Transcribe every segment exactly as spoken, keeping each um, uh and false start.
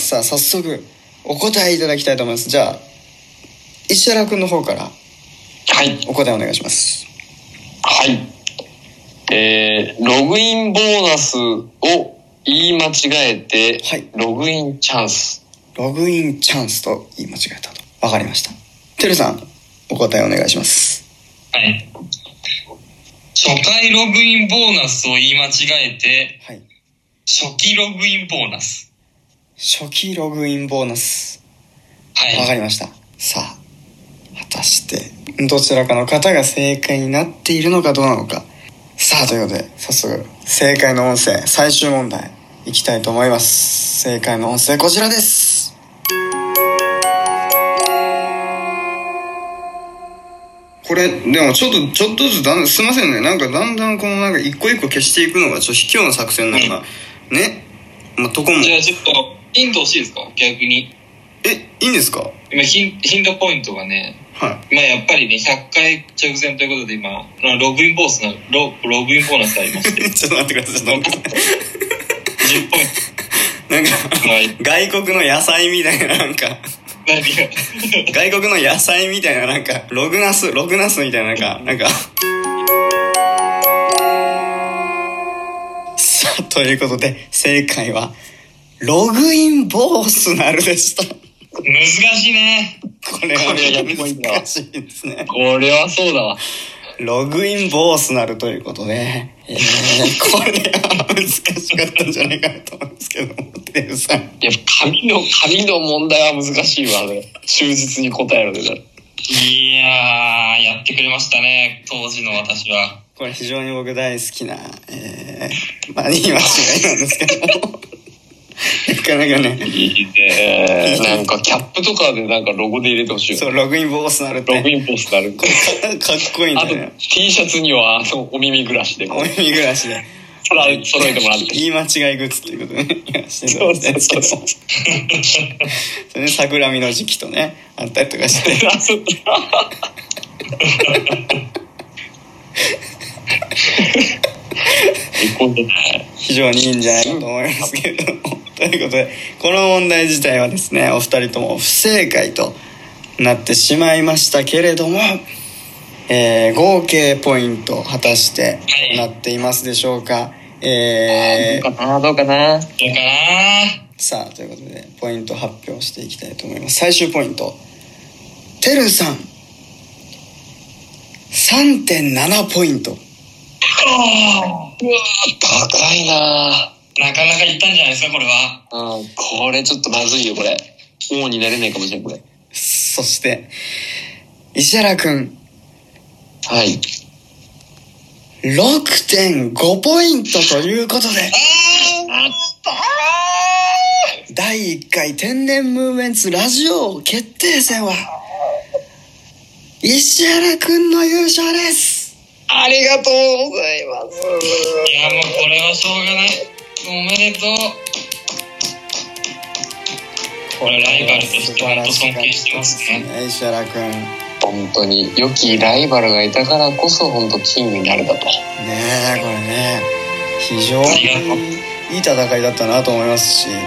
さあ早速お答えいただきたいと思います。じゃあ石原くんの方からお答えお願いします。 はい、えー、ログインボーナスを言い間違えて、はい、ログインチャンス。 ログインチャンスと言い間違えたと。わかりました。てるさんお答えお願いします。 はい、初回ログインボーナスを言い間違えて、はい、初期ログインボーナス。 初期ログインボーナス。はい、わかりました。さあ果たしてどちらかの方が正解になっているのかどうなのか。さあということで早速正解の音声最終問題いきたいと思います。正解の音声こちらです。これでもちょっとちょっとずつだんすいませんね、なんかだんだんこのなんか一個一個消していくのがちょっと卑怯な作戦なのがね、まあ、とこも。 じゃあちょっとヒント欲しいですか逆に。 えいいんですか。 今ヒンヒントポイントがね、はい、まあやっぱりねひゃっかい直前ということで今ログインボースの ロ, ログインボーナスがありましてちょっと待ってください。ちょっと待ってくださいじゅっポイントなんか、はい、外国の野菜みたいななんか何が外国の野菜みたいななんかログナスログナスみたいななんかなんかさあということで正解はログインボースナルでした。 難しいね。 これは難しいですね。 これはそうだわ。 ログインボースナルということで、えー、これは難しかったんじゃないかなと思うんですけども、テルさん。いや紙の紙の問題は難しいわね。忠実に答えるでだ。 いやーやってくれましたね当時の私は。 これ非常に僕大好きな、えー、まあ言い間違いなんですけども。なかなかねいいね。なんかキャップとかでなんかロゴで入れてほしいよ。 そうログインボースなるってログインボースなるかっこいいんだよね。 あと T シャツにはあのお耳ぐらしでお耳ぐらしで揃えてもらって言い間違いグッズっていうことでねやらせていただいてるんですけどそれね桜見の時期とねあったりとかして非常にいいんじゃないかと思いますけれどもということでこの問題自体はですねお二人とも不正解となってしまいましたけれども、えー、合計ポイント果たしてなっていますでしょうか。 えー、どうかなどうかなどうかな。 さあということでポイント発表していきたいと思います。最終ポイントてるさん さんてんなな ポイント。 うわ高いな。 なかなかいったんじゃないですかこれは。 うん、これちょっとまずいよこれ。王になれないかもしれないこれ。 そして石原くん、 はい、 ろくてんご ポイントということで、 あったーだいいっかい天然ムーブメンツラジオ決定戦は石原くんの優勝です。 ありがとうございます。 いやもうこれはしょうがない。おめでとう。これライバルとして本当尊敬してますね。 石原くん本当に良きライバルがいたからこそ本当キングになれたと。 ねえこれね非常にいい戦いだったなと思いますし、うん、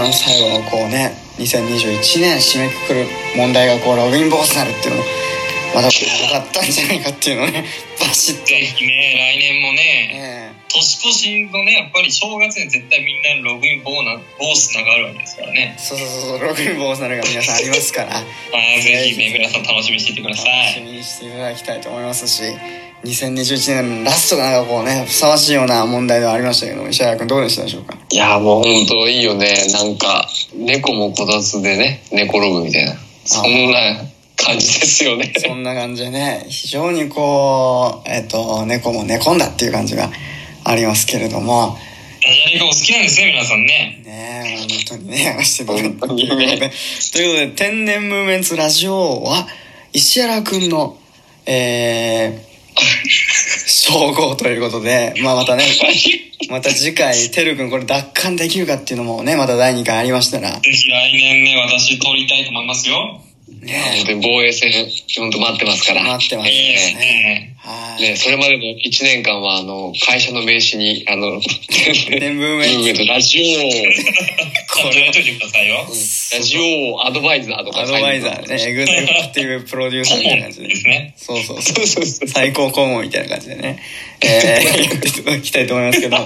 最後のこうねにせんにじゅういちねん締めくくる問題がこうログインボースになるっていうのもまだ良かったんじゃないかっていうのをねバシッと。 ぜひね来年もね、えー、年越しのねやっぱり正月に絶対みんなログインボーナボースナがあるわけですからね。 そうそうそうログインボースナが皆さんありますからあぜひね皆さん楽しみにしていてください。 楽しみにしていただきたいと思いますしにせんにじゅういちねんラストがなんかこうねふさわしいような問題ではありましたけど石原君どうでしたでしょうか。 いやもう本当いいよね。なんか猫もこたつでね寝転ぶみたいなそんな感じですよね。 そんな感じでね非常にこうえっと猫も寝込んだっていう感じがありますけれどもダジャレがお好きなんですね皆さんね。 ね本当にねしていただいてということでということで天然ムーブメンツラジオは石原君のえー称号ということで、まあ、またねまた次回てるくんこれ奪還できるかっていうのもねまただいにかいありましたらぜひ来年ね私通りたいと思いますよ。 ね本当に防衛戦、本当待ってますから。 待ってますね。 えー、はい。ね、それまでのいちねんかんは、あの、会社の名刺に、あの、 伝聞メとラジオこれをといてくださいよ。 ラジオアドバイザーとか。 アドバイザーね、エグゼクティブプロデューサーみたいな感じで。 ですね。 そうそうそう。最高顧問みたいな感じでね、えー、やっていただきたいと思いますけど。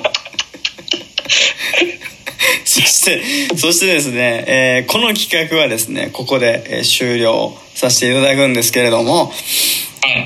そして、そしてですね、えー、この企画はですね、ここで、えー、終了させていただくんですけれども、はい、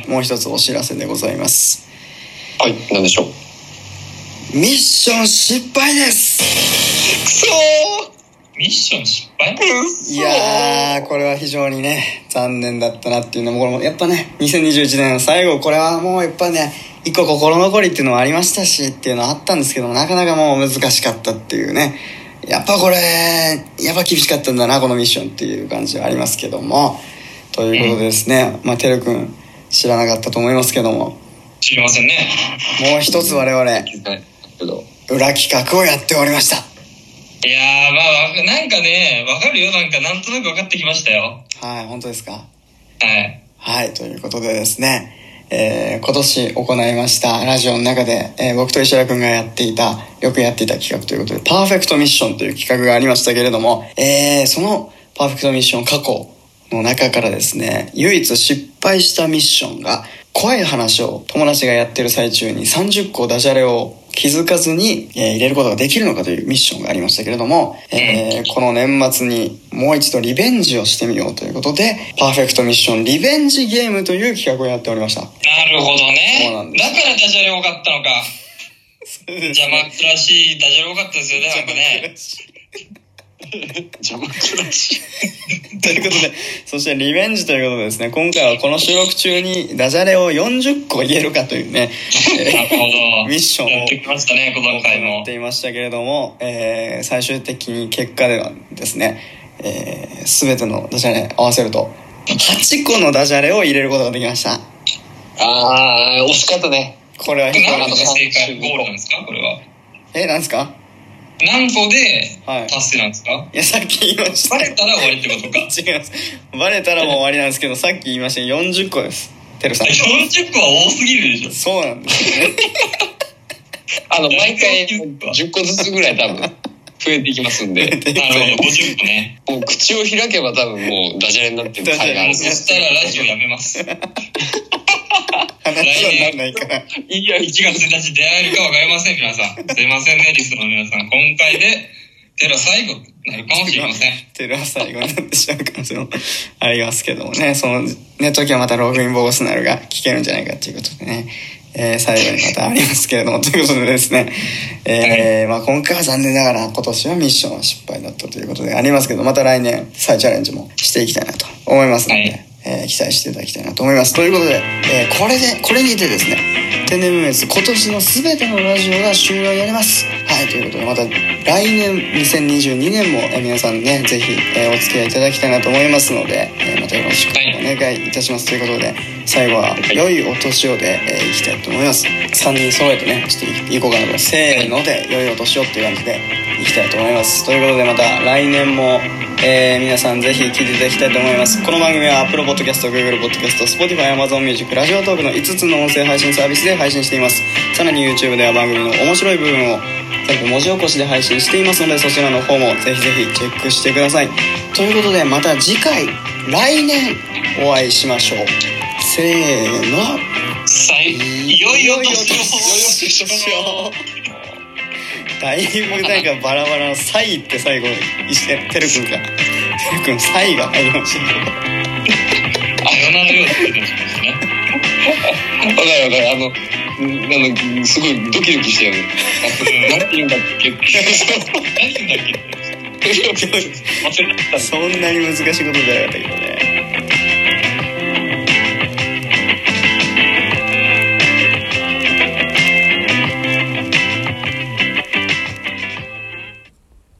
もう一つお知らせでございます。 はい、何でしょう。ミッション失敗です。 くそーミッション失敗？ いやー、これは非常にね、残念だったなっていうのも、これもやっぱね、にせんにじゅういちねんの最後、これはもうやっぱね、一個心残りっていうのはありましたしっていうのはあったんですけども、なかなかもう難しかったっていうね、やっぱこれやっぱ厳しかったんだなこのミッションっていう感じはありますけども、ということでですね、まあてるくん知らなかったと思いますけども、 知りませんね。 もう一つ我々裏企画をやっておりました。 いやー、まあなんかね、わかるよ、なんかなんとなく分かってきましたよ。 はい、本当ですか。 はいはい、ということでですね、えー、今年行いましたラジオの中で、えー、僕と石原くんがやっていたよくやっていた企画ということで、パーフェクトミッションという企画がありましたけれども、えー、そのパーフェクトミッション過去の中からですね、唯一失敗したミッションが、怖い話を友達がやってる最中にさんじゅっこダジャレを気づかずに、えー、入れることができるのかというミッションがありましたけれども、えー、この年末にもう一度リベンジをしてみようということで、パーフェクトミッションリベンジゲームという企画をやっておりました。 なるほどね。 そうなんです。 だからダジャレ多かったのか。邪魔くらしいダジャレ多かったですよね、なんかね。 邪魔くらしいということで、そしてリベンジということでですね、今回はこの収録中にダジャレをよんじゅっこ言えるかというね、 なるほどミッションをやってきましたね、この回もやっていましたけれども、えー、最終的に結果ではですね、えー、全てのダジャレ合わせるとはちこのダジャレを入れることができました。 あー、惜しかったね。 これは何個が正解ゴールなんですか、これは。 え、なんですか、 何個で達成なんですか、はい、 いや、さっき言いました。 バレたら終わりってことか。 違います。バレたらもう終わりなんですけど、さっき言いましたよんじゅっこです。てるさん。 よんじゅっこは多すぎるでしょ。 そうなんですよね。 あの、毎回じゅっこずつぐらい多分増えていきますんで。なるほど、ごじゅっこね。 もう口を開けば多分もうダジャレになってる回がある。 そしたらラジオやめます。 話にならないから。 いや、いちがつついたち出会えるか分かりません、皆さん。すいませんね、リストの皆さん。今回で、テラ最後になるかもしれません。 テラ最後になってしまう可能性もありますけどもね、そのね、時はまたログインボースナルが聞けるんじゃないかっていうことでね、えー、最後にまたありますけれども、ということでですね、えー、まあ今回は残念ながら今年はミッションは失敗だったということでありますけど、また来年再チャレンジもしていきたいなと思いますので、はい、えー、期待していただきたいなと思います。ということで、えー、これで、これにてですね、天然無滅今年の全てのラジオが終了になります。はい、ということでまた来年にせんにじゅうにねんも、えー、皆さんね、ぜひ、えー、お付き合いいただきたいなと思いますので、えー、またよろしくお願いいたします。ということで、最後は良いお年をで、えー、いきたいと思います。さんにん揃えてね、ちょっといこうかなと。せーので良いお年をっていう感じでいきたいと思います。ということでまた来年も、えー、皆さんぜひ聞いていただきたいと思います。この番組は Apple Podcast、Google Podcast、Spotify、Amazon Music、ラジオトークのいつつの音声配信サービスで配信しています。さらに YouTube では番組の面白い部分を全部文字起こしで配信していますので、そちらの方もぜひぜひチェックしてください。ということでまた次回来年お会いしましょう。せーの、 さいいよいよ年をだいぶなんかバラバラのサイって最後てるくんがてるくんサイが入りましたけど、 あよなのような気がしますね。 わかるわかる。あのあのすごいドキドキしてる。何て言うんだっけ何言うんだっけそんなに難しいことじゃなかったけどね。